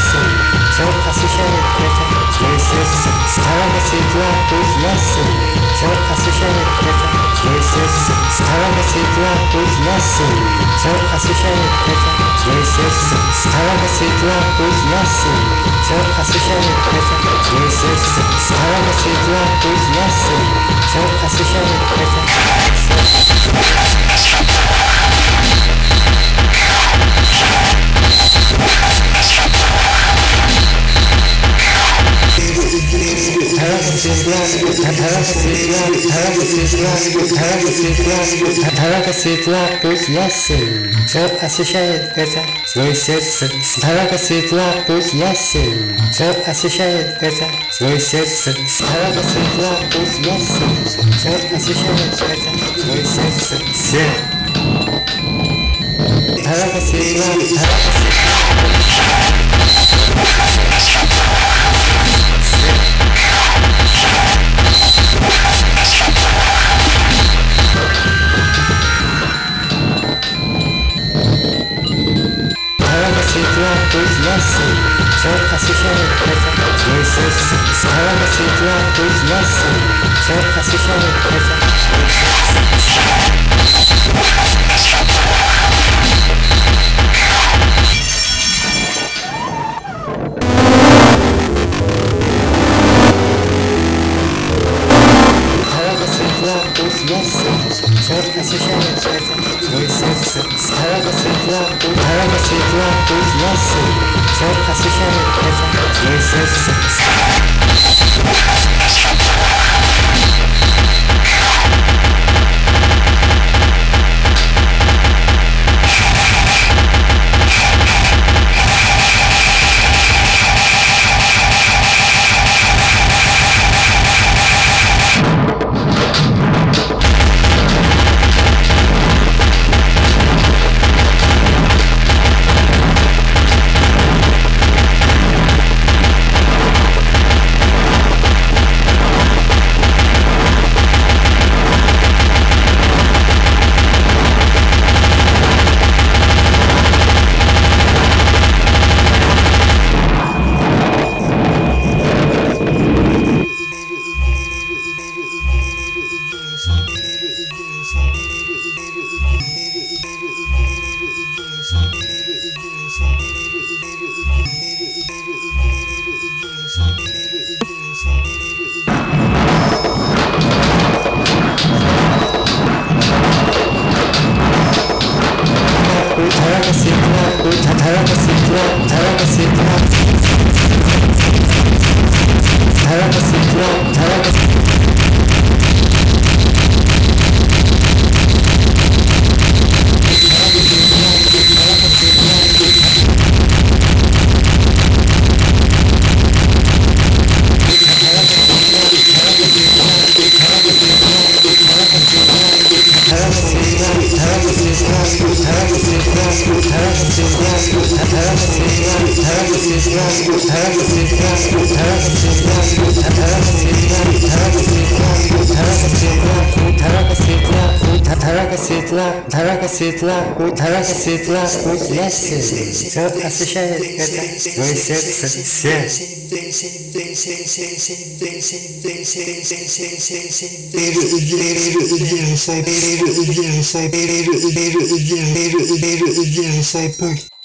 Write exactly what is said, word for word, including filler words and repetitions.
ясен, все освещает ветер, твой сердце, старого светла, будь ясен, все освещает ветер, твой сердце, старого светла, будь ясен, все освещает ветер, твой сердце, старого светла, будь ясен, все освещает ветер, твой сердце, старого светла, будь ясен, все освещает ветер. Дорога светла, дорога светла, дорога светла, дорога светла, дорога светла, будь ясен, все освещает ветер, свое сердце. Дорога светла, будь ясен, все освещает ветер, свое сердце. Дорога светла, будь ясен, все освещает ветер, свое сердце. Свет. Дорога светла, дорога светла. Дорога светла, будь ясен, все освещает ветер, твое сердце. Дорога светла, будь ясен, все освещает ветер, твое сердце. Дорога светла, будь ясен, все освещает ветер, твое сердце. Дорога светла, дорога светла, будь ясен, все освещает ветер, твое сердце. Дорога светла, дорога светла, дорога светла, дорога светла, дорога светла. Дорога светла, дорога светла, дорога светла, будь ясен, все освещает это твое сердце. Свет. Sai